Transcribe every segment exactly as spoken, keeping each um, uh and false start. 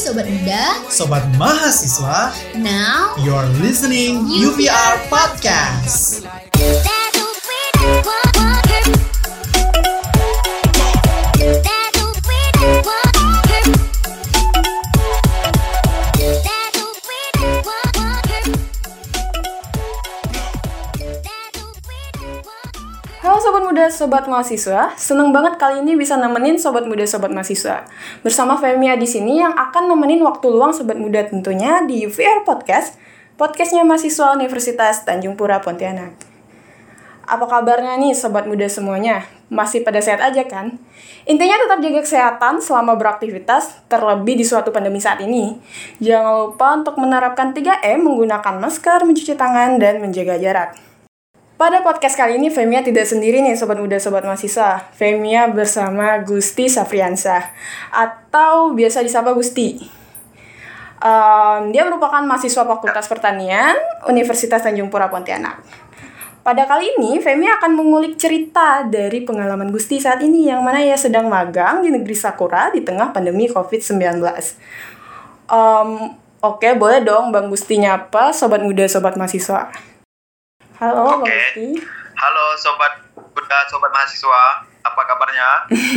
Sobat Muda, Sobat Mahasiswa. Now You're listening U V R Podcast. Halo Sobat Muda, Sobat Mahasiswa. Seneng banget kali ini bisa nemenin Sobat Muda, Sobat Mahasiswa. Bersama Femia di sini yang akan nemenin waktu luang Sobat Muda tentunya di U V R Podcast, podcastnya mahasiswa Universitas Tanjung Pura Pontianak. Apa kabarnya nih Sobat Muda semuanya? Masih pada sehat aja kan? Intinya tetap jaga kesehatan selama beraktivitas, terlebih di suatu pandemi saat ini. Jangan lupa untuk menerapkan tiga M, menggunakan masker, mencuci tangan, dan menjaga jarak. Pada podcast kali ini, Femia tidak sendiri nih, Sobat Muda, Sobat Mahasiswa. Femia bersama Gusti Safriansah, atau biasa disapa Gusti. Um, dia merupakan mahasiswa Fakultas Pertanian, Universitas Tanjung Pura Pontianak. Pada kali ini, Femia akan mengulik cerita dari pengalaman Gusti saat ini, yang mana ia sedang magang di negeri Sakura di tengah pandemi covid sembilan belas. Um, Oke, boleh dong Bang Gusti nyapa Sobat Muda, Sobat Mahasiswa. Halo, Oke, Bang Gusti. halo Sobat Muda, Sobat Mahasiswa, apa kabarnya?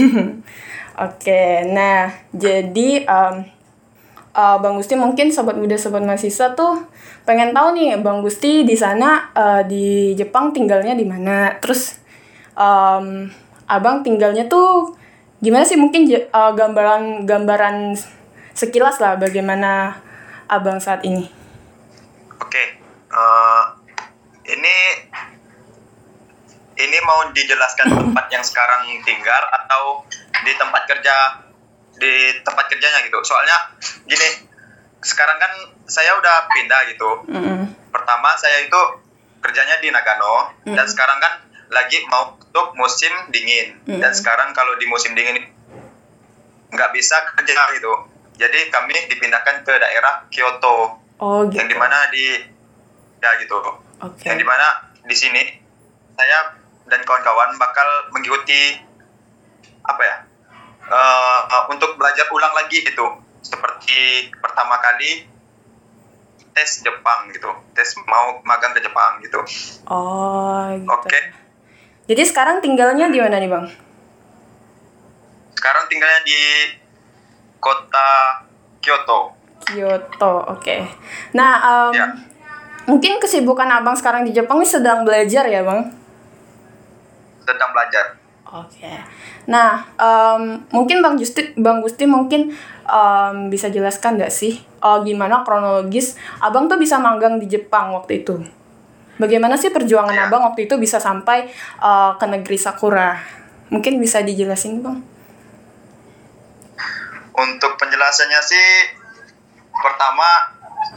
Oke, nah jadi um, uh, Bang Gusti mungkin Sobat Muda, Sobat Mahasiswa tuh pengen tahu nih Bang Gusti di sana uh, di Jepang tinggalnya di mana? Terus um, Abang tinggalnya tuh gimana sih? Mungkin uh, gambaran gambaran sekilas lah bagaimana Abang saat ini. Oke, uh, ini ini mau dijelaskan tempat yang sekarang tinggal atau di tempat kerja di tempat kerjanya gitu. Soalnya gini, sekarang kan saya udah pindah gitu. Mm-hmm. Pertama saya itu kerjanya di Nagano, mm-hmm. dan sekarang kan lagi mau untuk musim dingin. Mm-hmm. Dan sekarang kalau di musim dingin nggak bisa kerja gitu. Jadi kami dipindahkan ke daerah Kyoto. Oh, gitu. Yang dimana di ya gitu. Okay. Yang dimana di sini saya dan kawan-kawan bakal mengikuti apa ya uh, untuk belajar ulang lagi gitu, seperti pertama kali tes Jepang gitu, tes mau magang ke Jepang gitu. Oh, gitu. Oke. Okay. Jadi sekarang tinggalnya di mana nih Bang? Sekarang tinggalnya di kota Kyoto. Kyoto, oke. Okay. Nah, um, ya. Mungkin kesibukan Abang sekarang di Jepang ini sedang belajar ya, Bang? Sedang belajar. Oke. Okay. Nah, um, mungkin Bang Gusti, Bang Gusti mungkin um, bisa jelaskan nggak sih uh, gimana kronologis Abang tuh bisa magang di Jepang waktu itu? Bagaimana sih perjuangan ya. Abang waktu itu bisa sampai uh, ke negeri Sakura? Mungkin bisa dijelasin, Bang? Untuk penjelasannya sih, pertama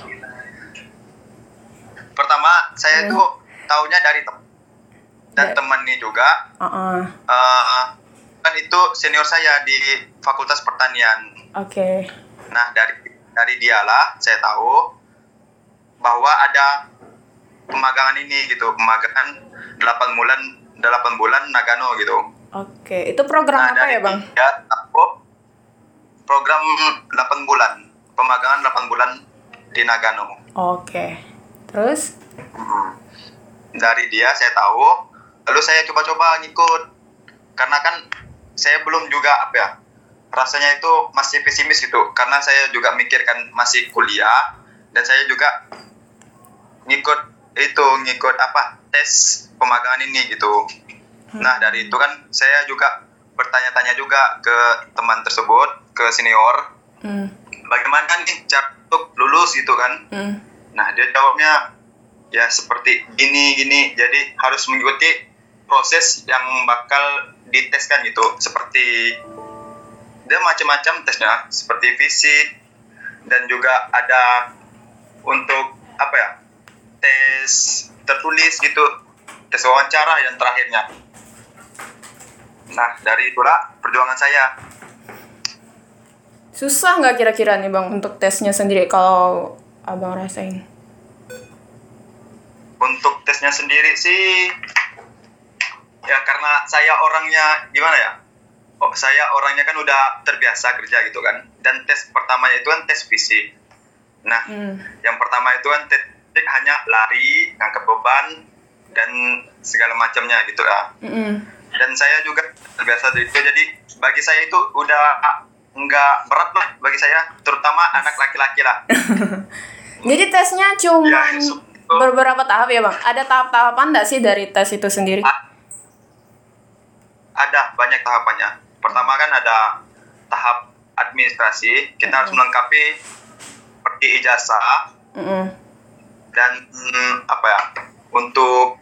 Pertama, saya tuh hmm. taunya dari teman dan yeah. teman ini juga. Uh-uh. Uh, kan itu senior saya di Fakultas Pertanian. Oke. Okay. Nah dari dari dialah saya tahu bahwa ada pemagangan ini gitu, pemagangan delapan bulan delapan bulan Nagano gitu. Oke, okay. Itu program nah, apa ya Bang? Dia tahu program delapan bulan, pemagangan delapan bulan di Nagano. Oke. Okay. Terus? Dari dia saya tahu, lalu saya coba-coba ngikut. Karena kan saya belum juga apa ya, rasanya itu masih pesimis gitu. Karena saya juga mikirkan masih kuliah, dan saya juga ngikut itu, ngikut apa, tes pemagangan ini gitu. Nah dari itu kan saya juga bertanya-tanya juga ke teman tersebut, ke senior, hmm. bagaimana nih cara untuk lulus gitu kan. Hmm. Nah dia jawabnya ya seperti gini gini, jadi harus mengikuti proses yang bakal diteskan gitu, seperti dia macam-macam tesnya, seperti fisik dan juga ada untuk apa ya, tes tertulis gitu, tes wawancara yang terakhirnya. Nah dari itulah perjuangan saya. Susah nggak kira-kira nih Bang untuk tesnya sendiri kalau Abang rasain? Untuk tesnya sendiri sih, ya karena saya orangnya gimana ya, oh, saya orangnya kan udah terbiasa kerja gitu kan. Dan tes pertamanya itu kan tes fisik. Nah, hmm. yang pertama itu kan tes fisik hanya lari, ngangkat beban, dan segala macamnya gitu lah. Mm-hmm. Dan saya juga terbiasa itu. Jadi bagi saya itu udah nggak berat lah bagi saya, terutama anak laki-laki lah. Jadi tesnya cuma ya, beberapa tahap ya bang? Ada tahap-tahapan nggak sih dari tes itu sendiri? Ada banyak tahapannya. Pertama kan ada tahap administrasi, kita mm-hmm. harus melengkapi seperti ijazah mm-hmm. dan mm, apa ya untuk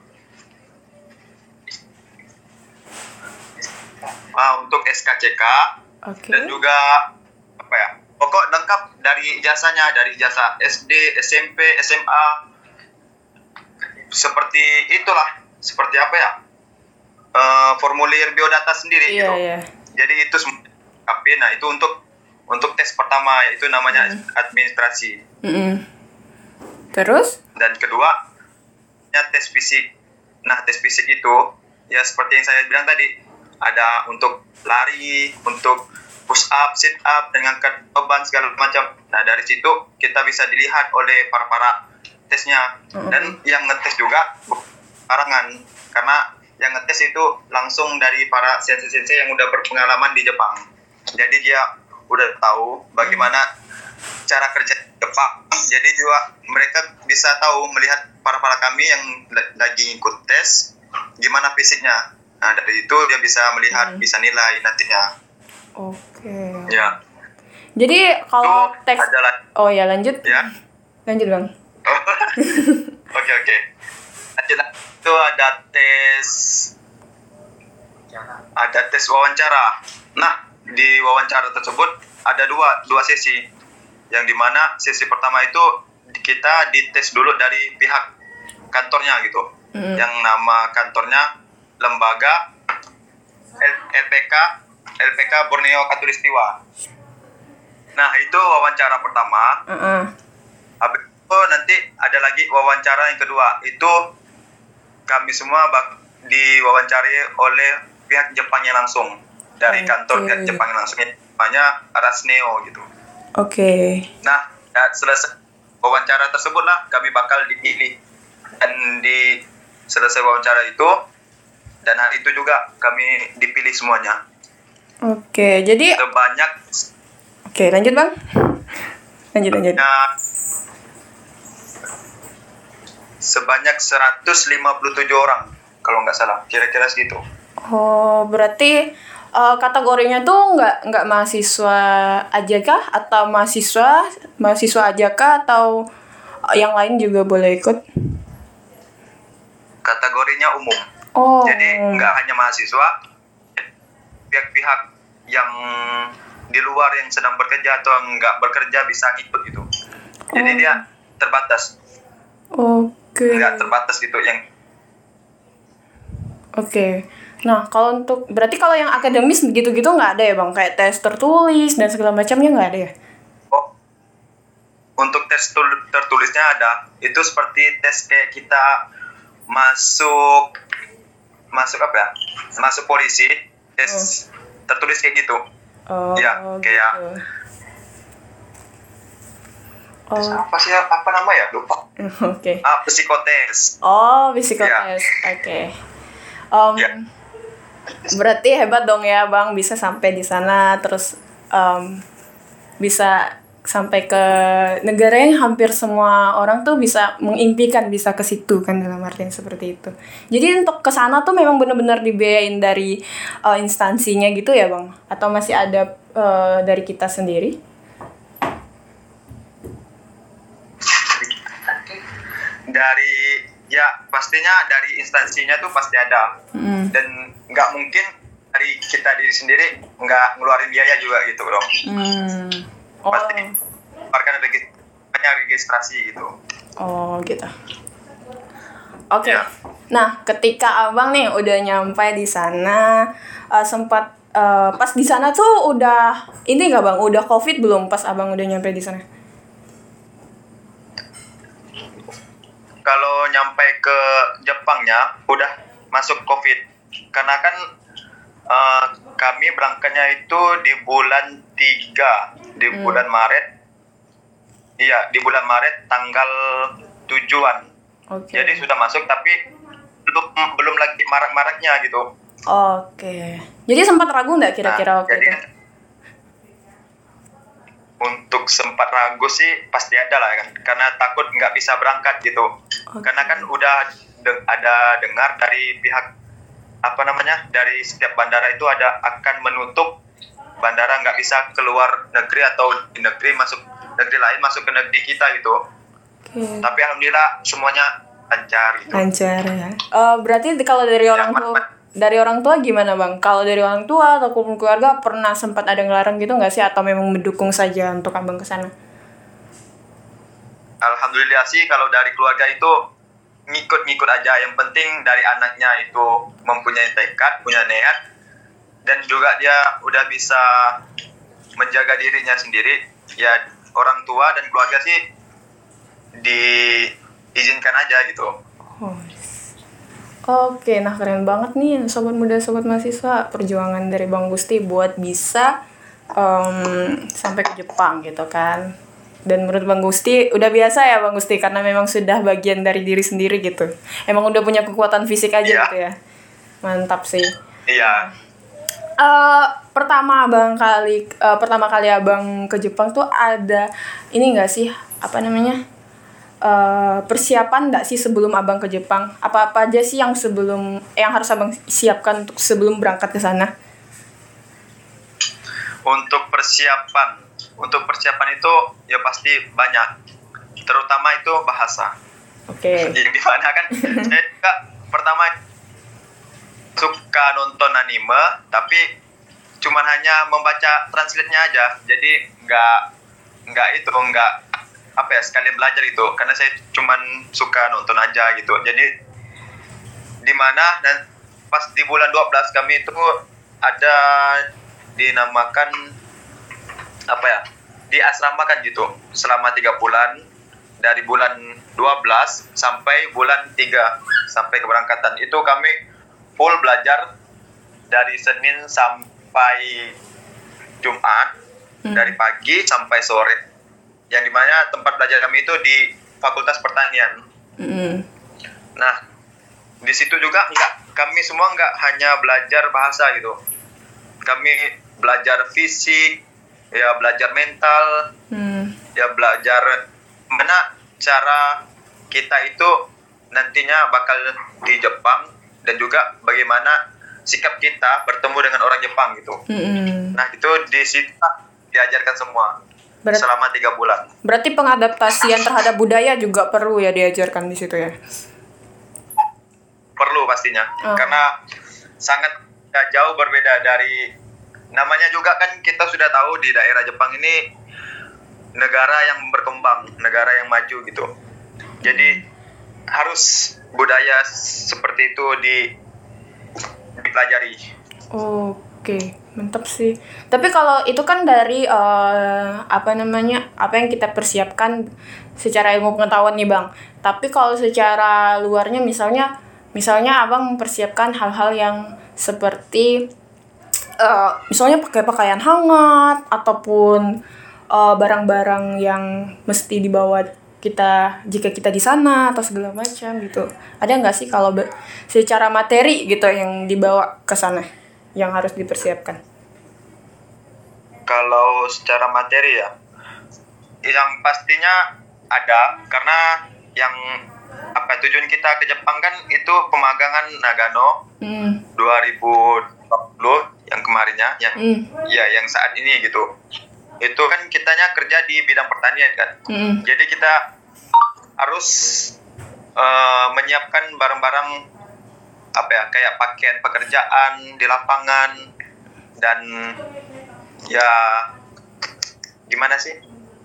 uh, untuk S K C K okay. dan juga apa ya pokok lengkap dari ijazahnya, dari ijazah S D, S M P, S M A, seperti itulah, seperti apa ya? Uh, formulir biodata sendiri yeah, gitu. Yeah. Jadi itu tapi nah itu untuk untuk tes pertama itu namanya mm. administrasi. Mm-hmm. Terus? Dan kedua ya tes fisik. Nah tes fisik itu ya seperti yang saya bilang tadi, ada untuk lari, untuk push up, sit up, dengan angkat beban segala macam. Nah dari situ kita bisa dilihat oleh para para tesnya. Mm-hmm. Dan yang ngetes juga karangan, karena yang ngetes itu langsung dari para sensei-sensei yang udah berpengalaman di Jepang. Jadi dia udah tahu bagaimana cara kerja Jepang. Jadi juga mereka bisa tahu melihat para-para kami yang lagi ikut tes gimana fisiknya. Nah dari itu dia bisa melihat, hmm. bisa nilai nantinya. Oke. Okay. Ya. Jadi kalau itu tes, adalah... oh ya lanjut. Ya. Lanjut bang. Oke oke. Lanjut. Itu ada tes ada tes wawancara. Nah di wawancara tersebut ada dua dua sesi, yang dimana sesi pertama itu kita dites dulu dari pihak kantornya gitu, mm. yang nama kantornya lembaga L P K L P K Borneo Katulistiwa. Nah itu wawancara pertama. Mm-hmm. Habis itu nanti ada lagi wawancara yang kedua, itu kami semua bak- diwawancari oleh pihak Jepangnya langsung, dari okay. kantor pihak Jepang langsung, namanya Rasneo gitu. Oke. Okay. Nah, ya, selesai wawancara tersebut lah kami bakal dipilih, dan di selesai wawancara itu dan hari itu juga kami dipilih semuanya. Oke, okay, jadi sebanyak. Oke, okay, lanjut bang. Lanjut lanjut. Sebanyak seratus lima puluh tujuh orang kalau nggak salah, kira-kira segitu. Oh, berarti uh, kategorinya tuh nggak nggak mahasiswa aja kah, atau mahasiswa mahasiswa aja kah, atau yang lain juga boleh ikut? Kategorinya umum. Oh. Jadi nggak hanya mahasiswa, pihak-pihak yang di luar yang sedang bekerja atau nggak bekerja bisa ikut gitu. Jadi oh. dia terbatas. Oke. Okay. Nggak terbatas gitu yang. Oke. Okay. Nah, kalau untuk berarti kalau yang akademis gitu-gitu nggak ada ya bang, kayak tes tertulis dan segala macamnya nggak ada ya? Oh, untuk tes tul- tertulisnya ada. Itu seperti tes kayak kita masuk masuk apa ya? Masuk polisi, tes oh. tertulis kayak gitu. Oh. Ya, kayak. Gitu. Tes oh. apa sih? Apa nama ya? Lupa. Oke. Okay. Ah, psikotes. Oh, psikotes. Ya. Oke. Okay. Um, ya. Berarti hebat dong ya bang, bisa sampai di sana, terus um, bisa sampai ke negara yang hampir semua orang tuh bisa mengimpikan bisa ke situ kan, dalam artian seperti itu. Jadi untuk ke sana tuh memang benar-benar dibiayain dari uh, instansinya gitu ya bang, atau masih ada uh, dari kita sendiri? Dari ya pastinya dari instansinya tuh pasti ada, mm. dan nggak mungkin dari kita diri sendiri nggak ngeluarin biaya juga gitu dong. Mm. Oh. Pasti keluarkan registrasi, registrasi gitu. Oh gitu. Oke. Okay. Ya. Nah ketika abang nih udah nyampe di sana, uh, sempat uh, pas di sana tuh udah ini nggak bang? Udah COVID belum pas abang udah nyampe di sana? Kalau nyampe ke Jepangnya udah masuk COVID, karena kan Uh, kami berangkatnya itu di bulan tiga, di Hmm. bulan Maret. Iya, di bulan Maret tanggal tujuan. Oke. Jadi sudah masuk tapi belum belum lagi marak-maraknya gitu. Oke. Jadi sempat ragu nggak kira-kira Nah, waktu jadi itu? untuk sempat ragu sih pasti ada lah kan, karena takut nggak bisa berangkat gitu. Oke. Karena kan udah de- ada dengar dari pihak apa namanya dari setiap bandara itu ada akan menutup bandara, nggak bisa keluar negeri atau di negeri masuk negeri lain masuk ke negeri kita gitu. Oke. Tapi alhamdulillah semuanya lancar gitu. Lancar ya. Eh, berarti di- kalau dari orang Mat- tua, mat- dari orang tua gimana bang? Kalau dari orang tua atau keluarga pernah sempat ada ngelarang gitu nggak sih, atau memang mendukung saja untuk abang ke sana? Alhamdulillah sih kalau dari keluarga itu ngikut-ngikut aja. Yang penting dari anaknya itu mempunyai tekad, punya niat, dan juga dia udah bisa menjaga dirinya sendiri. Ya orang tua dan keluarga sih diizinkan aja gitu. Oh. Oke, nah keren banget nih sobat muda, sobat mahasiswa, perjuangan dari Bang Gusti buat bisa em, sampai ke Jepang gitu kan. Dan menurut Bang Gusti udah biasa ya Bang Gusti, karena memang sudah bagian dari diri sendiri gitu. Emang udah punya kekuatan fisik aja Iya. gitu ya. Mantap sih. Iya. Eh pertama abang kali eh, pertama kali abang ke Jepang tuh ada ini nggak sih, apa namanya, eh, persiapan nggak sih sebelum abang ke Jepang? Apa apa aja sih yang sebelum yang harus abang siapkan untuk sebelum berangkat ke sana? Untuk persiapan, untuk persiapan itu ya pasti banyak. Terutama itu bahasa. Oke. Yang dimana kan saya juga pertama suka nonton anime, tapi cuman hanya membaca translate-nya aja. Jadi nggak nggak itu nggak apa ya sekalian belajar itu, karena saya cuman suka nonton aja gitu. Jadi di mana dan pas di bulan dua belas kami itu ada dinamakan apa ya di asrama kan gitu selama tiga bulan, dari bulan dua belas sampai bulan tiga sampai keberangkatan itu kami full belajar dari Senin sampai Jumat, Hmm. dari pagi sampai sore, yang dimana tempat belajar kami itu di Fakultas Pertanian. Mm-mm. Nah di situ juga nggak, kami semua nggak hanya belajar bahasa gitu, kami belajar fisik, ya belajar mental, Hmm. ya belajar mana cara kita itu nantinya bakal di Jepang, dan juga bagaimana sikap kita bertemu dengan orang Jepang gitu. Mm-mm. Nah itu di situ diajarkan semua Berat- selama tiga bulan. Berarti pengadaptasian terhadap budaya juga perlu ya diajarkan di situ ya. Perlu pastinya, Oh. karena sangat jauh berbeda dari namanya juga kan kita sudah tahu di daerah Jepang ini negara yang berkembang, negara yang maju gitu. Jadi harus budaya seperti itu di dipelajari. Oke, mantap sih. Tapi kalau itu kan dari eh, apa namanya, apa yang kita persiapkan secara ilmu pengetahuan nih bang. Tapi kalau secara luarnya, misalnya, misalnya abang mempersiapkan hal-hal yang seperti eh, misalnya pakai pakaian hangat ataupun eh, barang-barang yang mesti dibawa kita jika kita di sana atau segala macam gitu. Ada nggak sih kalau be- secara materi gitu yang dibawa ke sana yang harus dipersiapkan? Kalau secara materi ya, yang pastinya ada, karena yang apa tujuan kita ke Jepang kan itu pemagangan Nagano Hmm. dua ribu dua puluh yang kemarinnya, yang Hmm. ya yang saat ini gitu. Itu kan kitanya kerja di bidang pertanian kan. Hmm. Jadi kita harus eh, menyiapkan barang-barang apa ya, kayak pakaian pekerjaan di lapangan, dan ya gimana sih?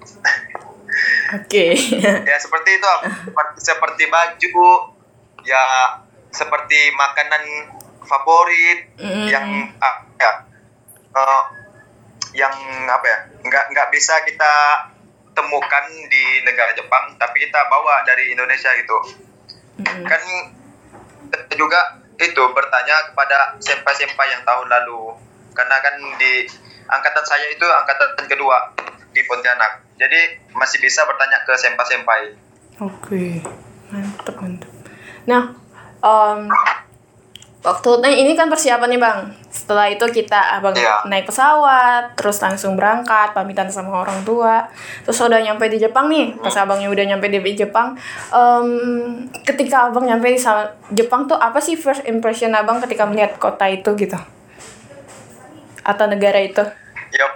Oke. Ya seperti itu, seperti, seperti baju, ya seperti makanan favorit Mm. yang ah, ya eh, yang apa ya nggak nggak bisa kita temukan di negara Jepang, tapi kita bawa dari Indonesia gitu. Mm. Kan kita juga itu bertanya kepada senpai-senpai yang tahun lalu, karena kan di angkatan saya itu angkatan kedua di Pontianak, jadi masih bisa bertanya ke senpai-senpai. Oke, mantap mantap. Nah, um, waktu nah ini kan persiapan nih bang. Setelah itu kita abang Iya. naik pesawat, terus langsung berangkat, pamitan sama orang tua. Terus udah nyampe di Jepang nih. Pas abangnya udah nyampe di Jepang, um, ketika abang nyampe di sa- Jepang tuh apa sih first impression abang ketika melihat kota itu gitu? Atau negara itu? Yup.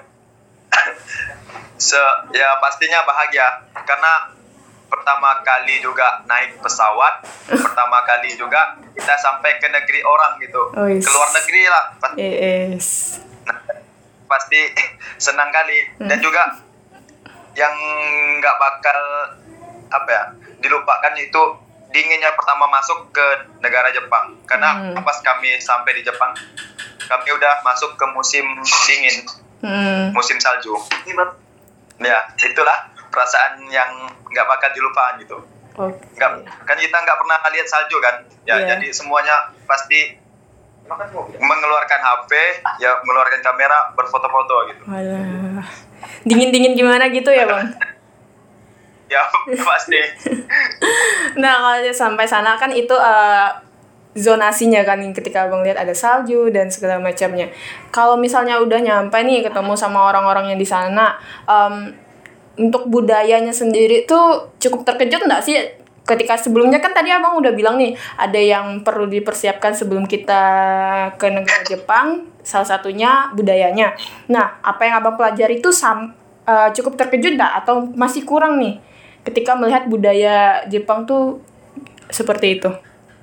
Se ya pastinya bahagia karena pertama kali juga naik pesawat, pertama kali juga kita sampai ke negeri orang gitu, Oh, yes. ke luar negeri lah, pasti, Yes. pasti senang kali. Dan juga yang nggak bakal apa ya dilupakan itu dinginnya pertama masuk ke negara Jepang, karena Hmm. pas kami sampai di Jepang, kami udah masuk ke musim dingin, Hmm. musim salju. Ya itulah perasaan yang nggak bakal dilupakan gitu. Oke. Nggak, kan kita nggak pernah lihat salju kan, ya Iya. jadi semuanya pasti mengeluarkan H P, ya mengeluarkan kamera berfoto-foto gitu. Walah. Dingin-dingin gimana gitu ya bang? Ya pasti. Nah kalau sampai sana kan itu eh, zonasinya kan ketika abang lihat ada salju dan segala macamnya. Kalau misalnya udah nyampe nih ketemu sama orang-orang yang di sana, em, untuk budayanya sendiri tuh cukup terkejut nggak sih? Ketika sebelumnya kan tadi abang udah bilang nih ada yang perlu dipersiapkan sebelum kita ke negara Jepang, salah satunya budayanya. Nah apa yang abang pelajari itu sam- eh, cukup terkejut nggak atau masih kurang nih ketika melihat budaya Jepang tuh seperti itu?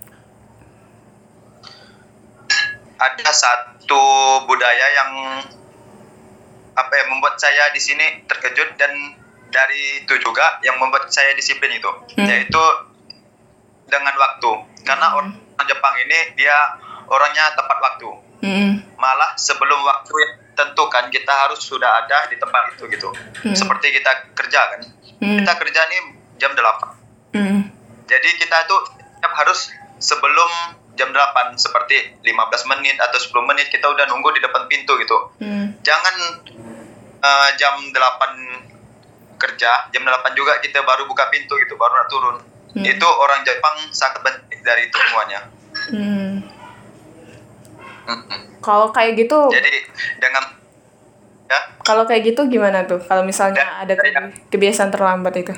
Ada satu budaya yang apa ya membuat saya di sini terkejut, dan dari itu juga yang membuat saya disiplin itu, Hmm. yaitu dengan waktu. Karena orang Jepang ini dia orangnya tepat waktu. Hmm. Malah sebelum waktu yang tentukan kita harus sudah ada di tempat itu gitu. Hmm. Seperti kita kerja kan. Hmm. Kita kerja nih jam delapan. Hmm. Jadi kita tuh tetap harus sebelum jam delapan, seperti lima belas menit atau sepuluh menit kita udah nunggu di depan pintu gitu. Hmm. Jangan uh, jam delapan kerja, jam delapan juga kita baru buka pintu gitu, baru nak turun. Hmm. Itu orang Jepang sangat benci dari itu semuanya. Hmm. Mm-mm. Kalau kayak gitu, Jadi dengan ya kalau kayak gitu gimana tuh? Kalau misalnya Ya, ada ya. kebi- kebiasaan terlambat itu?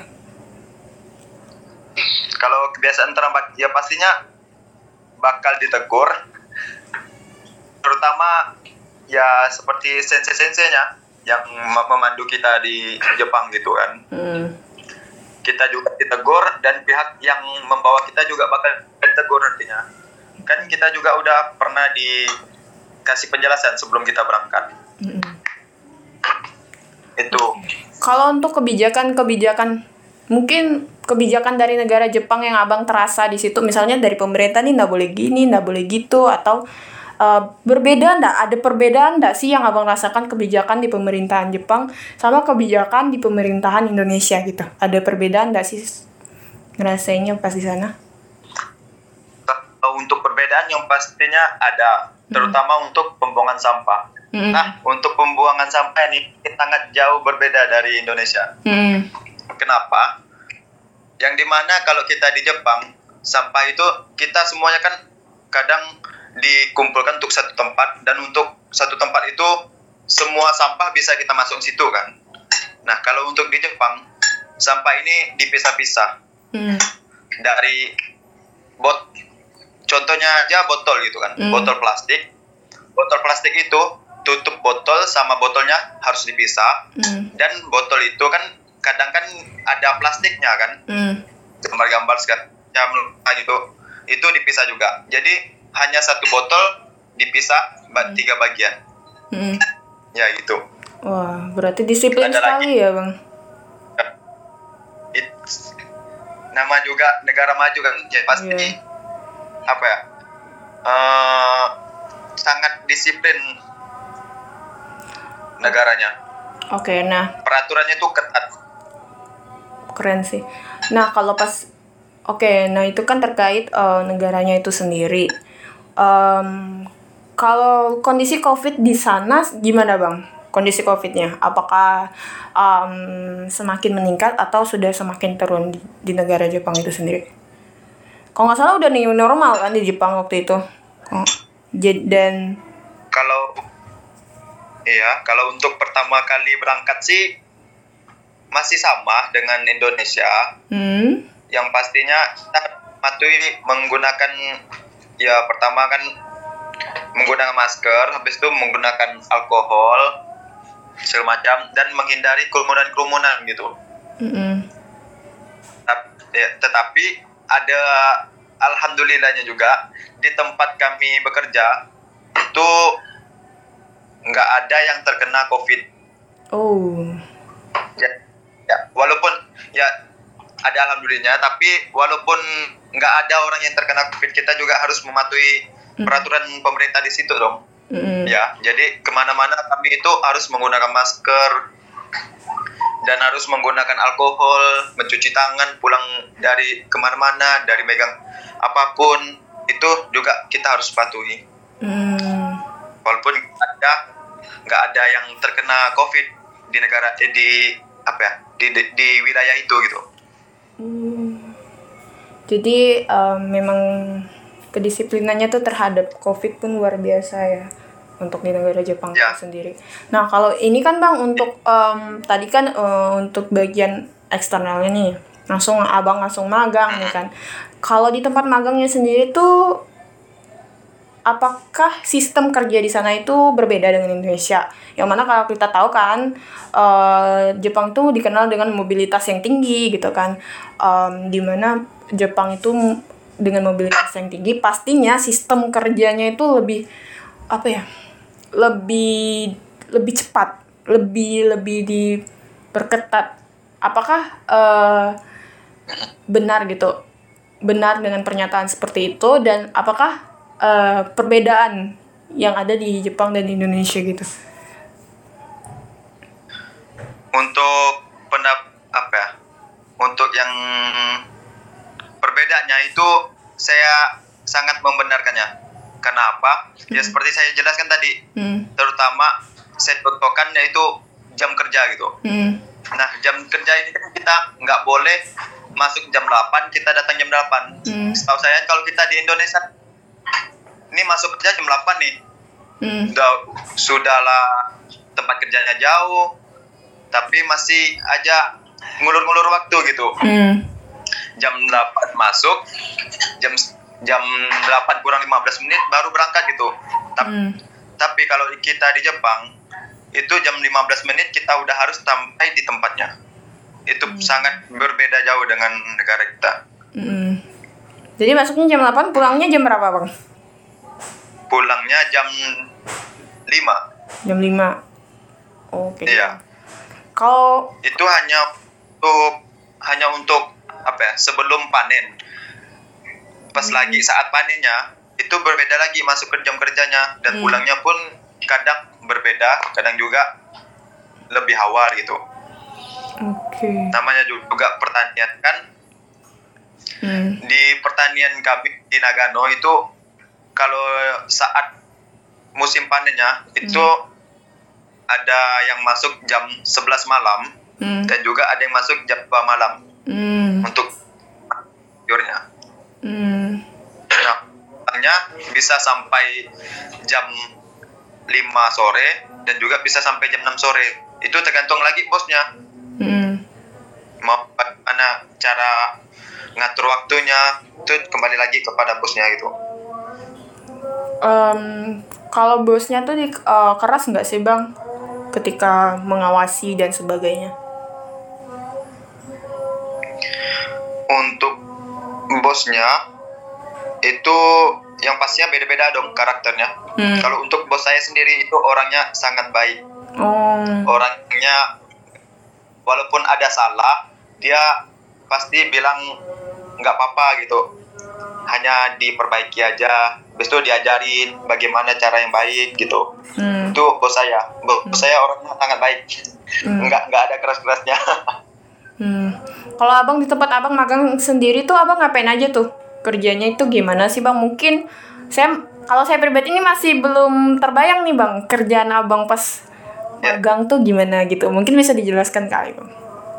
kalau kebiasaan terlambat ya pastinya bakal ditegur, terutama ya seperti sensei-senseinya yang mem- memandu kita di Jepang gitu kan. Hmm. Kita juga ditegur, dan pihak yang membawa kita juga bakal ditegur nantinya. Kan kita juga udah pernah dikasih penjelasan sebelum kita berangkat. Hmm. Itu Kalau untuk kebijakan-kebijakan, mungkin kebijakan dari negara Jepang yang abang terasa di situ, misalnya dari pemerintah nih nggak boleh gini, nggak boleh gitu, atau uh, berbeda nggak? Ada perbedaan nggak sih yang abang rasakan kebijakan di pemerintahan Jepang sama kebijakan di pemerintahan Indonesia gitu? Ada perbedaan nggak sih ngerasainnya pas di sana? untuk perbedaan yang pastinya ada, terutama untuk pembuangan sampah. Hmm. Nah, untuk pembuangan sampah ini sangat jauh berbeda dari Indonesia. Hmm. Kenapa? Yang dimana kalau kita di Jepang, sampah itu kita semuanya kan kadang dikumpulkan untuk satu tempat, dan untuk satu tempat itu semua sampah bisa kita masuk situ kan. Nah, kalau untuk di Jepang, sampah ini dipisah-pisah. Hmm. Dari bot, contohnya aja botol gitu kan, Hmm. botol plastik. Botol plastik itu tutup botol sama botolnya harus dipisah. Hmm. Dan botol itu kan kadang kan ada plastiknya kan, Hmm. gambar-gambar segala macam gitu, itu dipisah juga. Jadi hanya satu botol dipisah ba- tiga bagian. Hmm. Ya gitu. Wah, berarti disiplin Ada sekali lagi. ya bang. It, nama juga negara maju kan, ya pasti Iya. apa ya, eh, sangat disiplin negaranya. Oke, nah Peraturannya tuh ketat. keren sih. Nah kalau pas, oke, nah itu kan terkait eh, negaranya itu sendiri. Um, kalau kondisi COVID di sana gimana bang? Kondisi COVID-nya, apakah um, semakin meningkat atau sudah semakin turun di, di negara Jepang itu sendiri? Kalau nggak salah udah new normal kan di Jepang waktu itu. Oh, j- dan Kalau iya, kalau untuk pertama kali berangkat sih masih sama dengan Indonesia. hmm, Yang pastinya kita patuhi menggunakan, ya pertama kan menggunakan masker, habis itu menggunakan alkohol segala macam dan menghindari kerumunan-kerumunan gitu. mm-mm. Tap- ya, Tetapi ada alhamdulillahnya juga di tempat kami bekerja itu nggak ada yang terkena COVID. Oh, Ya, ya, walaupun ya ada alhamdulillahnya, tapi walaupun nggak ada orang yang terkena COVID, kita juga harus mematuhi peraturan pemerintah di situ dong. mm-mm. Ya, jadi kemana-mana kami itu harus menggunakan masker dan harus menggunakan alkohol, mencuci tangan pulang dari kemana-mana, dari megang apapun itu juga kita harus patuhi. Mm. Walaupun ada nggak ada yang terkena COVID di negara eh, di apa ya di, di di wilayah itu gitu. Hmm. Jadi um, memang kedisiplinannya tuh terhadap COVID pun luar biasa ya untuk di negara Jepang Ya. itu sendiri. Nah kalau ini kan bang untuk um, tadi kan uh, untuk bagian eksternalnya nih langsung abang langsung magang nih kan. Kalau di tempat magangnya sendiri tuh apakah sistem kerja di sana itu berbeda dengan Indonesia? Yang mana kalau kita tahu kan uh, Jepang tuh dikenal dengan mobilitas yang tinggi gitu kan. Um, dimana Jepang itu m- dengan mobilitas yang tinggi pastinya sistem kerjanya itu lebih apa ya? Lebih lebih cepat, lebih lebih diperketat. Apakah uh, benar gitu? Benar dengan pernyataan seperti itu dan apakah uh, perbedaan yang ada di Jepang dan di Indonesia gitu? Untuk pendap apa ya? Untuk yang perbedaannya itu saya sangat membenarkannya. Kenapa? Ya seperti saya jelaskan tadi. Hmm. Terutama saya contohkan yaitu jam kerja gitu. Hmm. Nah, jam kerja ini kan kita nggak boleh masuk jam delapan, kita datang jam delapan. Hmm. Setahu saya kalau kita di Indonesia ini masuk kerja jam delapan nih. Hmm. Udah sudahlah tempat kerjanya jauh, tapi masih aja ngulur-ngulur waktu gitu. Hmm. Jam delapan masuk, jam jam delapan kurang lima belas menit baru berangkat gitu. Tapi, Hmm. tapi kalau kita di Jepang itu jam lima belas menit kita udah harus sampai di tempatnya. Itu sangat berbeda jauh dengan negara kita. Hmm. Jadi masuknya jam delapan, pulangnya jam berapa, Bang? Pulangnya jam lima. Jam lima. Oke. Iya. Kalau Itu hanya untuk hanya untuk apa ya? Sebelum panen. Pas lagi saat panennya itu berbeda lagi masuk ke jam kerjanya dan Hmm. pulangnya pun kadang berbeda, kadang juga lebih awal gitu. oke. Namanya juga pertanian kan. Hmm. Di pertanian kami di Nagano itu kalau saat musim panennya itu ada yang masuk jam sebelas malam Hmm. dan juga ada yang masuk jam dua malam Hmm. untuk tidurnya. Hmm. Nah, pulangnya bisa sampai jam lima sore dan juga bisa sampai jam enam sore. Itu tergantung lagi bosnya. Hmm. Mau bagaimana cara ngatur waktunya itu kembali lagi kepada bosnya gitu. Em, kalau bosnya tuh di, eh, keras nggak sih bang ketika mengawasi dan sebagainya? Untuk bosnya itu yang pastinya beda-beda dong karakternya. Hmm. Kalau untuk bos saya sendiri itu orangnya sangat baik. Oh. Orangnya walaupun ada salah dia pasti bilang nggak apa-apa gitu, hanya diperbaiki aja, habis itu diajarin bagaimana cara yang baik gitu. Hmm. Itu bos saya bos saya orangnya sangat baik. Hmm. nggak nggak ada keras-kerasnya. Hmm. Kalau abang di tempat abang magang sendiri tuh abang ngapain aja tuh? Kerjanya itu gimana sih bang? Mungkin saya Kalau saya pribadi ini masih belum terbayang nih Bang, kerjaan Abang pas Ya. magang tuh gimana gitu. Mungkin bisa dijelaskan kali Bang.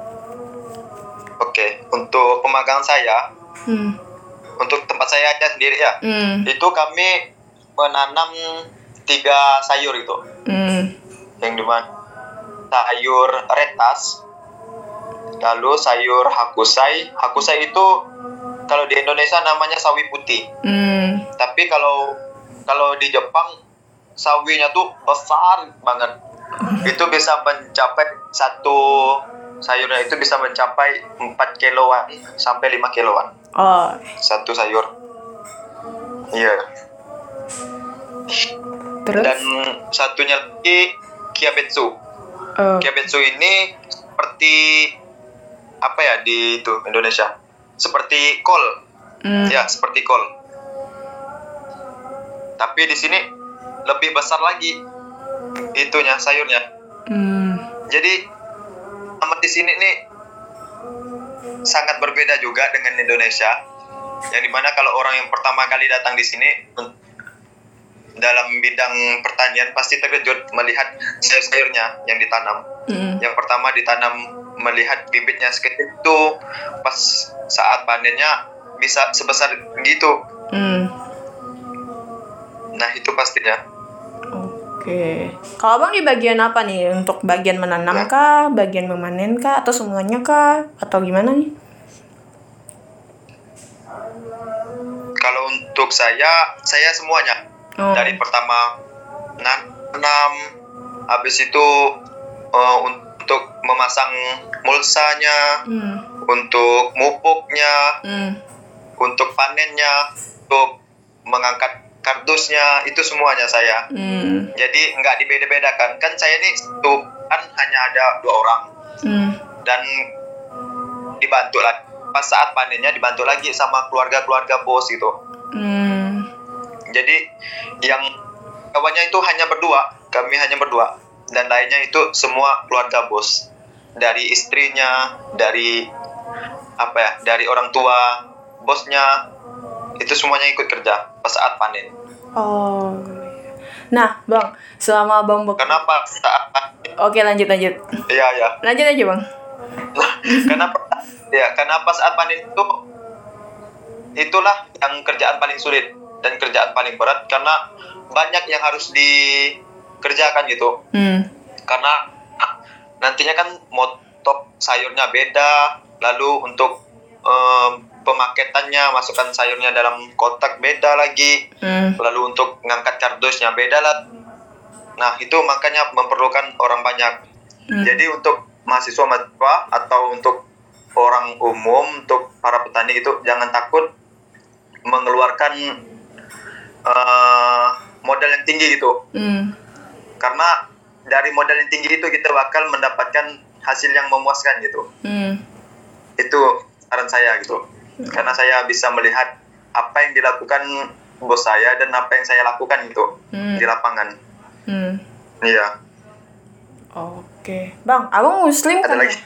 Oke, untuk pemagangan saya, Hmm. untuk tempat saya aja sendiri ya, Hmm. itu kami menanam tiga sayur itu, Hmm. yang dimana sayur retas, lalu sayur hakusai. Hakusai itu kalau di Indonesia namanya sawi putih, Hmm. tapi kalau kalau di Jepang sawinya tuh besar banget. Itu bisa mencapai satu sayurnya itu bisa mencapai empat kiloan sampai lima kiloan Oh. satu sayur. Iya. Terus? Dan satunya lagi kiabetsu. Oh. Kiabetsu ini seperti apa ya di itu Indonesia? Seperti kol. Hmm. Ya, seperti kol. Tapi di sini lebih besar lagi itunya sayurnya. Hmm. Jadi sama di sini nih sangat berbeda juga dengan Indonesia. Yang dimana kalau orang yang pertama kali datang di sini dalam bidang pertanian pasti terkejut melihat sayur-sayurnya yang ditanam. Hmm. Yang pertama ditanam melihat bibitnya sekecil itu, pas saat panennya bisa sebesar gitu. Hmm. Nah itu pastinya. Oke. Kalau Abang di bagian apa nih? Untuk bagian menanam kah, bagian memanen kah, atau semuanya kah, atau gimana nih? Kalau untuk saya, saya semuanya. Oh. Dari pertama nanam, habis itu uh, untuk memasang mulsanya, Hmm. untuk mupuknya, Hmm. untuk panennya, untuk mengangkat kardusnya, itu semuanya saya. Hmm. Jadi nggak dibeda-bedakan. Kan saya ini satu kan hanya ada dua orang Hmm. dan dibantu lagi. Pas saat panennya dibantu lagi sama keluarga-keluarga bos gitu. Hmm. Jadi yang kawannya itu hanya berdua, kami hanya berdua, dan lainnya itu semua keluarga bos, dari istrinya, dari apa ya, dari orang tua bosnya, itu semuanya ikut kerja pas saat panen. Oh. Nah, Bang, selama Abang bek- Kenapa saat Oke, lanjut lanjut. ya ya Lanjut aja, Bang. kenapa ya kenapa saat panen itu itulah yang kerjaan paling sulit dan kerjaan paling berat, karena banyak yang harus dikerjakan gitu. Hmm. Karena nantinya kan motok sayurnya beda, lalu untuk em, pemaketannya, masukkan sayurnya dalam kotak beda lagi, Hmm. lalu untuk ngangkat kardusnya beda lah. Nah itu makanya memerlukan orang banyak. Hmm. Jadi untuk mahasiswa-mahasiswa atau untuk orang umum, untuk para petani itu jangan takut mengeluarkan uh, modal yang tinggi gitu. Hmm. Karena dari modal yang tinggi itu kita bakal mendapatkan hasil yang memuaskan gitu. Hmm. Itu saran saya gitu. Karena saya bisa melihat apa yang dilakukan bos saya dan apa yang saya lakukan gitu Hmm. di lapangan. Hmm. Iya. Oke. Bang, Abang muslim Ada kan? lagi.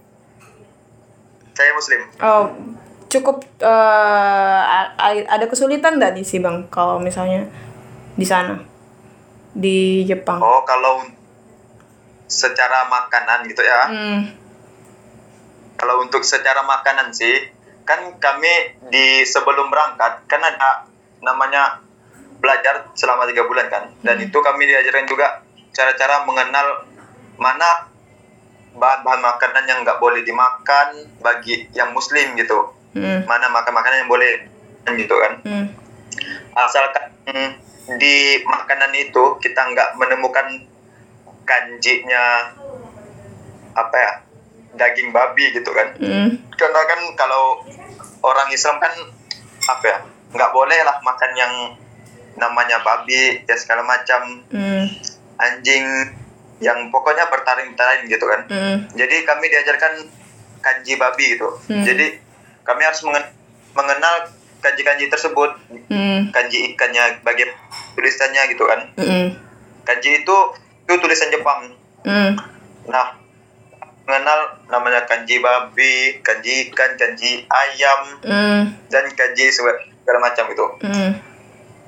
Saya muslim. Oh, cukup eh, a- a- ada kesulitan nggak di sih Bang kalau misalnya di sana di Jepang? Oh, kalau secara makanan gitu ya. Hmm. Kalau untuk secara makanan sih, kan kami di sebelum berangkat kan ada namanya belajar selama tiga bulan kan, dan Hmm. itu kami diajarkan juga cara-cara mengenal mana bahan-bahan makanan yang nggak boleh dimakan bagi yang muslim gitu, Hmm. mana makan makanan yang boleh gitu kan. Hmm. Asalkan mm, di makanan itu kita nggak menemukan kanjinya apa ya, daging babi gitu kan. Hmm. Karena kan kalau orang Islam kan apa ya, nggak boleh lah makan yang namanya babi ya, segala macam, Hmm. anjing, yang pokoknya bertaring-taring gitu kan. Hmm. Jadi kami diajarkan kanji babi gitu. Hmm. Jadi kami harus mengen- mengenal kanji-kanji tersebut, Hmm. kanji ikannya, bagian tulisannya gitu kan. Hmm. Kanji itu itu tulisan Jepang. Hmm. Nah, mengenal namanya kanji babi, kanji ikan, kanji ayam, Hmm. dan kanji segala macam itu. Hmm.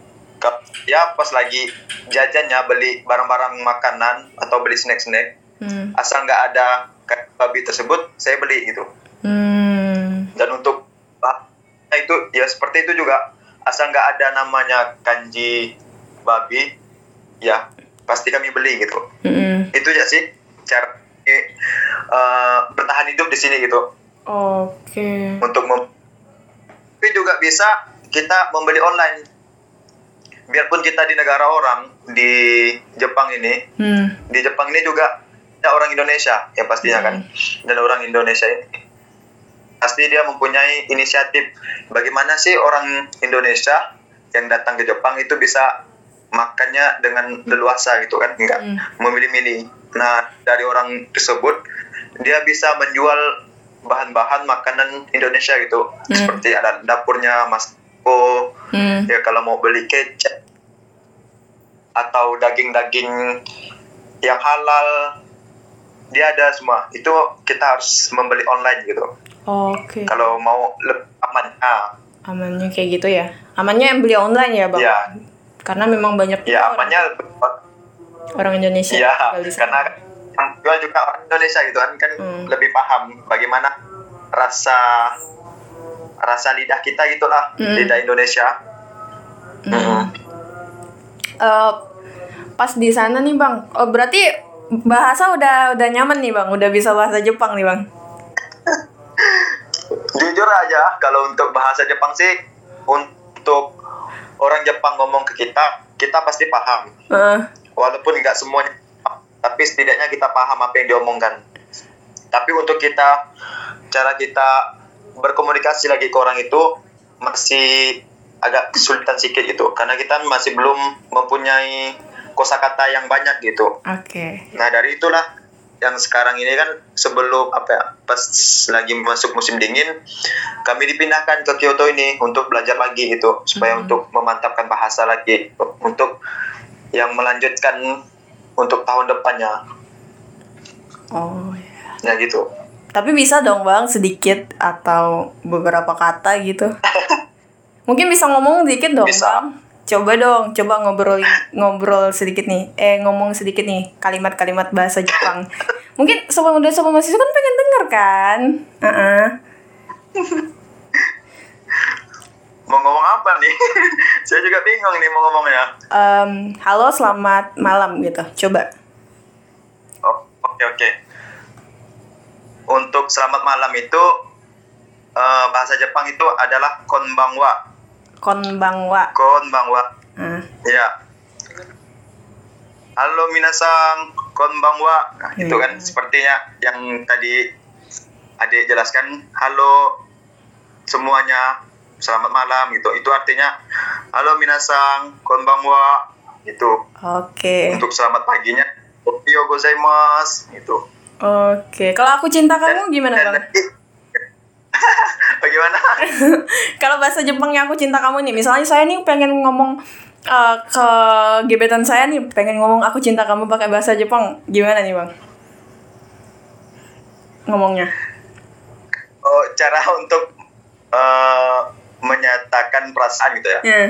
Ka- Ya pas lagi jajannya beli barang-barang makanan atau beli snack-snack, Hmm. asal nggak ada kayak babi tersebut, saya beli gitu. Hmm. Dan untuk ah, itu ya seperti itu juga, asal nggak ada namanya kanji babi, ya pasti kami beli gitu. Hmm. Itu ya sih cara eh, bertahan hidup di sini gitu. Oke. Untuk mem- tapi juga bisa kita membeli online. Biarpun kita di negara orang di Jepang ini, Hmm. di Jepang ini juga ada orang Indonesia ya pastinya kan. Dan orang Indonesia ini pasti dia mempunyai inisiatif bagaimana sih orang Indonesia yang datang ke Jepang itu bisa makannya dengan leluasa gitu kan, enggak Hmm. memilih-milih. Nah, dari orang tersebut dia bisa menjual bahan-bahan makanan Indonesia gitu. Hmm. Seperti ada dapurnya Mas Ko, Hmm. ya kalau mau beli kecap atau daging-daging yang halal, dia ada semua. Itu kita harus membeli online gitu. Oke. Kalau mau lebih aman. Ah, Amannya kayak gitu ya? Amannya yang beli online ya, Bang? ya, Karena memang banyak ya juga amannya orang, orang Indonesia ya, yang tinggal di sana. karena yang jual juga orang Indonesia gitu kan, kan Hmm. lebih paham bagaimana rasa rasa lidah kita gitulah, Hmm. lidah Indonesia. Hmm. Eh, pas di sana nih, Bang. Oh, berarti bahasa udah udah nyaman nih, Bang. Udah bisa bahasa Jepang nih, Bang. Jujur aja, kalau untuk bahasa Jepang sih, untuk orang Jepang ngomong ke kita, kita pasti paham. Heeh. Walaupun nggak semuanya, tapi setidaknya kita paham apa yang diomongkan. Tapi untuk kita, cara kita berkomunikasi lagi ke orang itu masih agak kesulitan sedikit gitu, karena kita masih belum mempunyai kosakata yang banyak gitu. Oke. Nah dari itulah yang sekarang ini kan, sebelum apa ya, pas lagi masuk musim dingin, kami dipindahkan ke Kyoto ini untuk belajar lagi gitu, supaya Hmm. untuk memantapkan bahasa lagi, untuk yang melanjutkan untuk tahun depannya. Oh ya. Ya gitu. Tapi bisa dong, Bang, sedikit atau beberapa kata gitu. Mungkin bisa ngomong dikit dong, Bisa. Bang. Coba dong, coba ngobrol ngobrol sedikit nih. Eh, ngomong sedikit nih kalimat-kalimat bahasa Jepang. Mungkin sobat muda sobat mahasiswa kan pengen denger kan? Heeh. Mau ngomong apa nih? Saya juga bingung nih mau ngomongnya. Em, halo, selamat malam gitu. Coba. Oh, oke oke. Untuk selamat malam itu eh, bahasa Jepang itu adalah konbanwa. Konbanwa. Konbanwa. Nah, Ya. Halo minasang, konbanwa. Nah, itu kan Hmm. sepertinya yang tadi adik jelaskan. Halo semuanya, selamat malam gitu. Itu artinya halo minasang, konbanwa. Itu oke. untuk selamat paginya. Ohayou gozaimasu gitu. Oke. Kalau aku cinta kamu gimana, Dan- Bang? Bagaimana? Kalau bahasa Jepangnya aku cinta kamu nih, misalnya saya nih pengen ngomong eh, ke gebetan saya nih, pengen ngomong aku cinta kamu pakai bahasa Jepang, gimana nih, Bang? Ngomongnya. Oh, cara untuk eh, menyatakan perasaan gitu ya. Ya.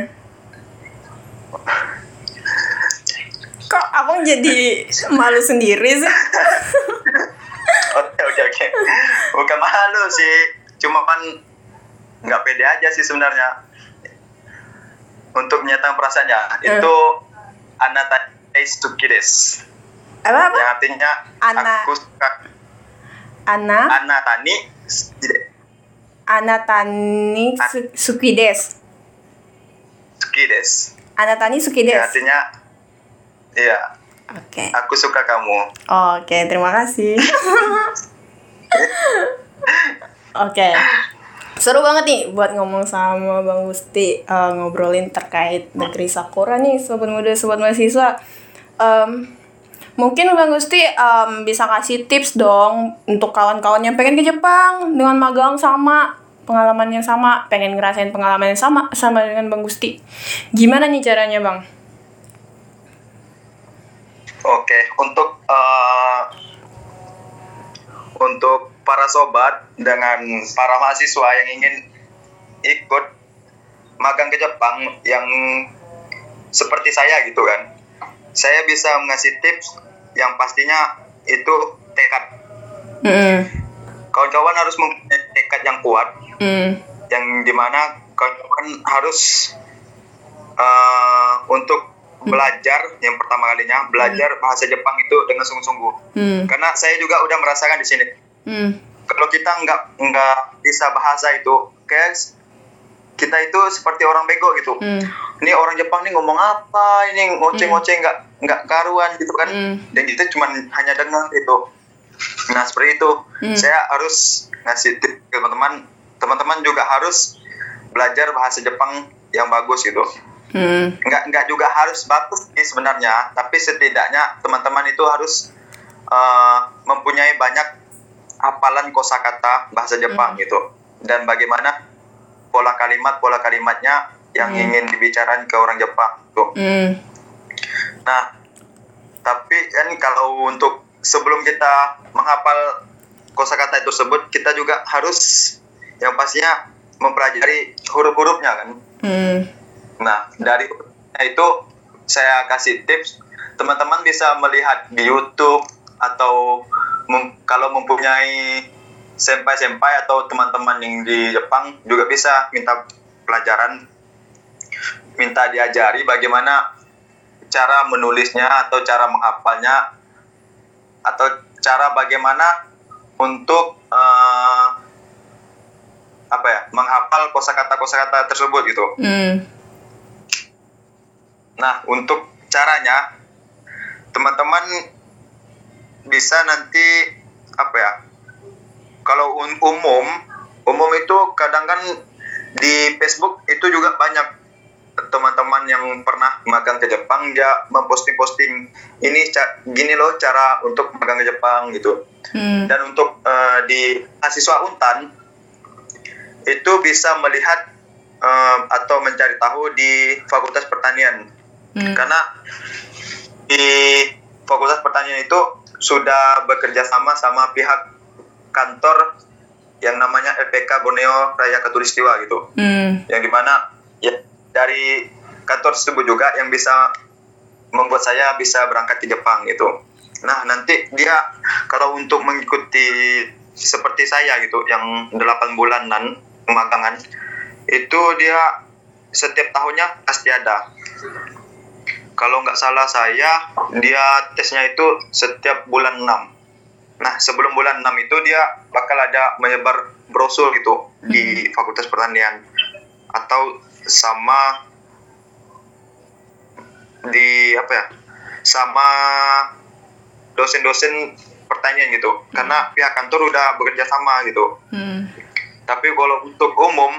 Kok abang jadi malu sendiri sih? Oke oke oke. Bukan malu sih, cuma kan nggak pede aja sih sebenarnya. Untuk menyatakan perasaannya Eh. itu anata suki desu, Apa apa? yang artinya Ana- aku suka. Ana Anatani suki desu. Anatani su- suki desu. Suki desu. Anatani suki Yang desu. artinya iya, Oke. aku suka kamu. Oke, terima kasih. Oke. Seru banget nih buat ngomong sama Bang Gusti, eh, ngobrolin terkait negeri Sakura nih, sobat muda, sobat mahasiswa. Em, mungkin Bang Gusti em, bisa kasih tips dong untuk kawan-kawan yang pengen ke Jepang dengan magang sama pengalaman yang sama, pengen ngerasain pengalaman yang sama sama dengan Bang Gusti. Gimana nih caranya, Bang? Oke, untuk eh, untuk para sobat dengan para mahasiswa yang ingin ikut magang ke Jepang, yang seperti saya gitu kan. Saya bisa ngasih tips yang pastinya itu tekad. Mm. Kawan-kawan harus mempunyai tekad yang kuat, Mm. yang dimana kawan-kawan harus uh, untuk belajar yang pertama kalinya belajar bahasa Jepang itu dengan sungguh-sungguh. Mm. Karena saya juga udah merasakan di sini. Mm. Kalau kita nggak nggak bisa bahasa itu, kayak kita itu seperti orang bego gitu. Mm. Ini orang Jepang nih ngomong apa? Ini ngoceh-ngoceh nggak nggak karuan gitu kan? Mm. Dan kita cuma hanya dengar itu. Nah seperti itu. Mm. Saya harus ngasih tips ke teman-teman. Teman-teman juga harus belajar bahasa Jepang yang bagus gitu. Mm. Nggak nggak juga harus bagus sih sebenarnya, tapi setidaknya teman-teman itu harus uh, mempunyai banyak hafalan kosakata bahasa Jepang Mm. gitu, dan bagaimana pola kalimat pola kalimatnya yang Mm. ingin dibicarakan ke orang Jepang tuh. Mm. Nah, tapi kan kalau untuk sebelum kita menghafal kosakata tersebut, kita juga harus yang pastinya mempelajari huruf-hurufnya kan. Mm. Nah, dari itu saya kasih tips, teman-teman bisa melihat di YouTube atau mem- kalau mempunyai senpai-senpai atau teman-teman yang di Jepang juga bisa minta pelajaran, minta diajari bagaimana cara menulisnya atau cara menghafalnya atau cara bagaimana untuk uh, apa ya, menghafal kosakata-kosakata tersebut gitu. Mm. Nah, untuk caranya, teman-teman bisa nanti apa ya? Kalau un- umum, umum itu kadang kan di Facebook itu juga banyak teman-teman yang pernah magang ke Jepang, dia memposting-posting ini ca- gini loh cara untuk magang ke Jepang gitu. Mm. Dan untuk uh, di mahasiswa Untan itu bisa melihat uh, atau mencari tahu di Fakultas Pertanian. Mm. Karena di Fakultas Pertanian itu sudah bekerja sama sama pihak kantor yang namanya L P K Borneo Raya Khatulistiwa gitu. Mm. Yang dimana ya dari kantor tersebut juga yang bisa membuat saya bisa berangkat ke Jepang gitu. Nah nanti dia kalau untuk mengikuti seperti saya gitu yang delapan bulanan pemagangan itu dia setiap tahunnya pasti ada. Kalau nggak salah saya, dia tesnya itu setiap bulan enam. Nah, sebelum bulan enam itu dia bakal ada menyebar brosur gitu hmm. di Fakultas Pertanian. Atau sama di apa ya? Sama dosen-dosen pertanian gitu. Hmm. Karena pihak kantor udah bekerja sama gitu. Hmm. Tapi kalau untuk umum,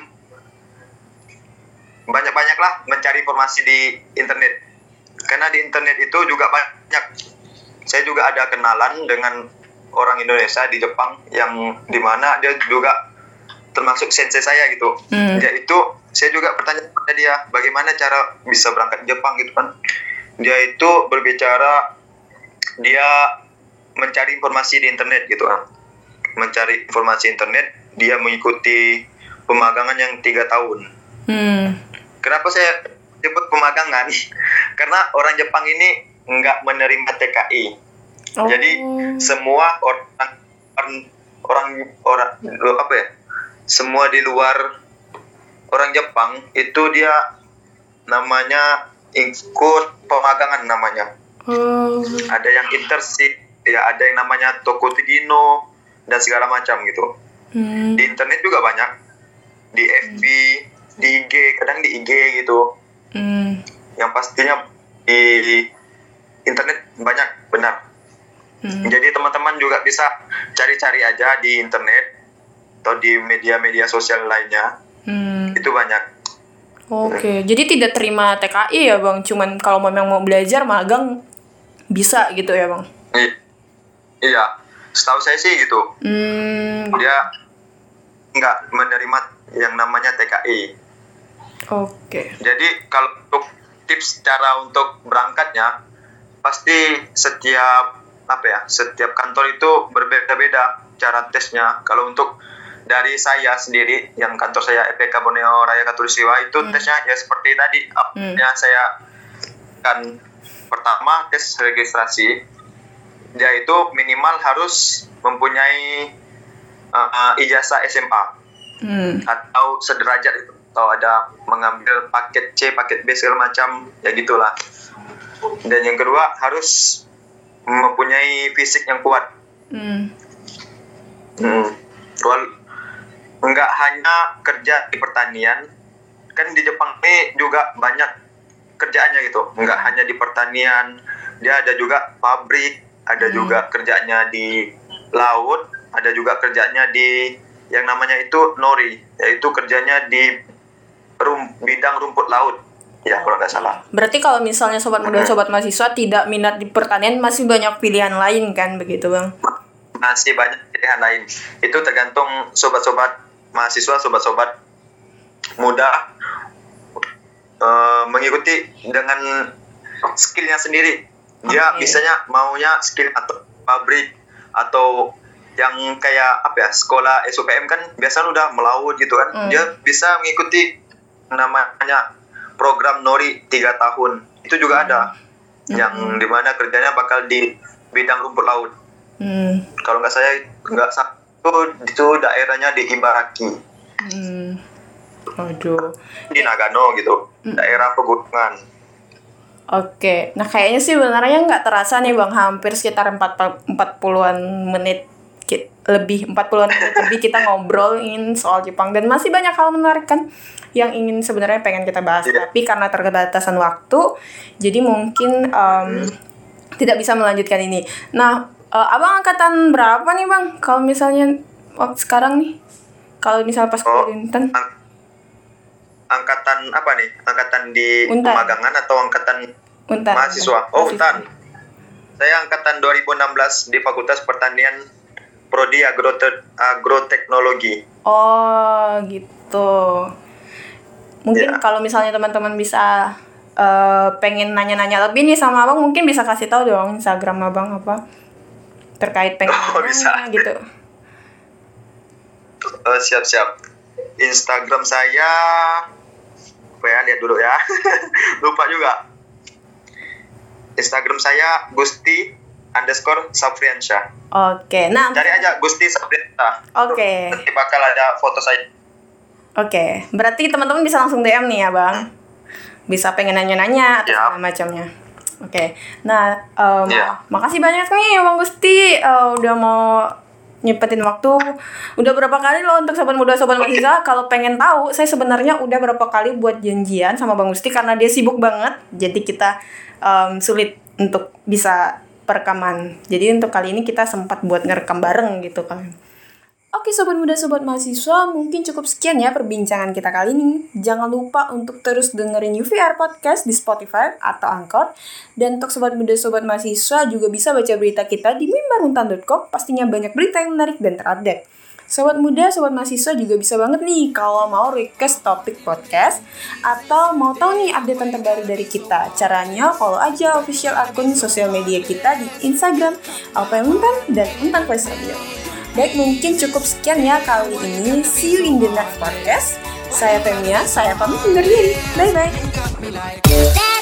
banyak-banyaklah mencari informasi di internet. Karena di internet itu juga banyak. Saya juga ada kenalan dengan orang Indonesia di Jepang yang dimana dia juga termasuk sensei saya gitu. Hmm. Yaitu saya juga bertanya kepada dia bagaimana cara bisa berangkat ke Jepang gitu kan. Dia itu berbicara dia mencari informasi di internet gitu kan. Mencari informasi internet, dia mengikuti pemagangan yang tiga tahun. Hmm. Kenapa saya sebut pemagangan? Karena orang Jepang ini nggak menerima T K I. Oh. Jadi semua orang orang orang apa ya? Semua di luar orang Jepang itu dia namanya ikut pemagangan namanya. Oh. Ada yang internship, ya ada yang namanya Tokotogino dan segala macam gitu. Hmm. Di internet juga banyak. Di F B, hmm. di I G, kadang di I G gitu. Hmm. Yang pastinya di internet banyak, benar. Hmm. Jadi teman-teman juga bisa cari-cari aja di internet atau di media-media sosial lainnya. Hmm. Itu banyak. Oke, okay. hmm. Jadi tidak terima T K I ya Bang? Cuman kalau memang mau belajar magang bisa gitu ya Bang? I- iya, setahu saya sih gitu. Hmm. Dia nggak menerima yang namanya T K I. Oke. Okay. Jadi kalau untuk tips cara untuk berangkatnya, pasti setiap apa ya, setiap kantor itu berbeda-beda cara tesnya. Kalau untuk dari saya sendiri, yang kantor saya L P K Borneo Raya Khatulistiwa itu hmm. tesnya ya seperti tadi, hmm. ya saya kan pertama tes registrasi, dia itu minimal harus mempunyai uh, ijazah S M A Hmm. atau sederajat itu, atau ada mengambil paket C, paket B segala macam, ya gitulah. Dan yang kedua harus mempunyai fisik yang kuat. Hmm. Hmm. Wal- Enggak hanya kerja di pertanian, kan di Jepang ini juga banyak kerjaannya gitu. Enggak hanya di pertanian, dia ada juga pabrik, ada Hmm. juga kerjanya di laut, ada juga kerjanya di yang namanya itu nori, yaitu kerjanya di rum, bidang rumput laut. Ya, kalau nggak salah. Berarti kalau misalnya sobat muda, sobat mahasiswa tidak minat di pertanian, masih banyak pilihan lain kan begitu Bang? Masih banyak pilihan lain. Itu tergantung sobat-sobat mahasiswa, sobat-sobat muda uh, mengikuti dengan skillnya sendiri. Dia Oke. biasanya maunya skill atau pabrik atau yang kayak apa ya, sekolah S U P M kan biasanya udah melaut gitu kan. Hmm. Dia bisa mengikuti namanya program Nori tiga tahun. Itu juga ada yang dimana kerjanya bakal di bidang rumput laut. Hmm. Kalau nggak saya nggak salah itu, itu daerahnya di Ibaraki, Hmm. Aduh. di Nagano gitu, daerah pegunungan. Oke, nah kayaknya sih sebenarnya nggak terasa nih Bang, hampir sekitar empat puluhan menit ki- lebih, empat puluhan menit lebih kita ngobrolin soal Jepang. Dan masih banyak hal menarik kan yang ingin sebenarnya pengen kita bahas. Iya. Tapi karena terbatasan waktu, jadi mungkin em, tidak bisa melanjutkan ini. Nah, eh, Abang angkatan berapa nih Bang? Kalau misalnya waktu sekarang nih, kalau misalnya pas Oh, kuliah Untan, ang- angkatan apa nih? Angkatan di Untan. pemagangan atau angkatan Untan. mahasiswa? Oh, Untan. Saya angkatan dua ribu enam belas di Fakultas Pertanian Prodi Agrote- Agroteknologi. Oh gitu. Mungkin Ya. kalau misalnya teman-teman bisa eh, pengen nanya-nanya lebih nih sama abang, mungkin bisa kasih tahu dong Instagram abang apa terkait pengen Oh, nanya bisa. gitu. Eh, siap-siap. Instagram saya apa ya, lihat dulu ya. Lupa juga. Instagram saya Gusti underscore Safriansyah. Oke, nah Cari aja Gusti Safriansyah. Oke. Nanti bakal ada foto saya. oke, berarti teman-teman bisa langsung D M nih ya bang, bisa pengen nanya-nanya atau Yap. segala macamnya. Oke, nah em, Iya. makasih banyak nih bang Gusti eh, udah mau nyempetin waktu. Udah berapa kali loh untuk sobat muda sobat mahasiswa kalau pengen tahu, saya sebenarnya udah berapa kali buat janjian sama bang Gusti karena dia sibuk banget, jadi kita em, sulit untuk bisa perekaman. Jadi untuk kali ini kita sempat buat ngerekam bareng gitu kan. Oke sobat muda sobat mahasiswa, mungkin cukup sekian ya perbincangan kita kali ini. Jangan lupa untuk terus dengerin U V R Podcast di Spotify atau Anchor. Dan untuk sobat muda sobat mahasiswa juga bisa baca berita kita di mimbaruntan dot com. Pastinya banyak berita yang menarik dan terupdate. Sobat muda sobat mahasiswa juga bisa banget nih kalau mau request topik podcast atau mau tahu nih updatean terbaru dari kita. Caranya follow aja official akun sosial media kita di Instagram Alpha Untan dan Untan Voice Radio. Baik, mungkin cukup sekian ya kali ini. See you in the next podcast. Saya Femia, saya pamit undur diri. Bye-bye.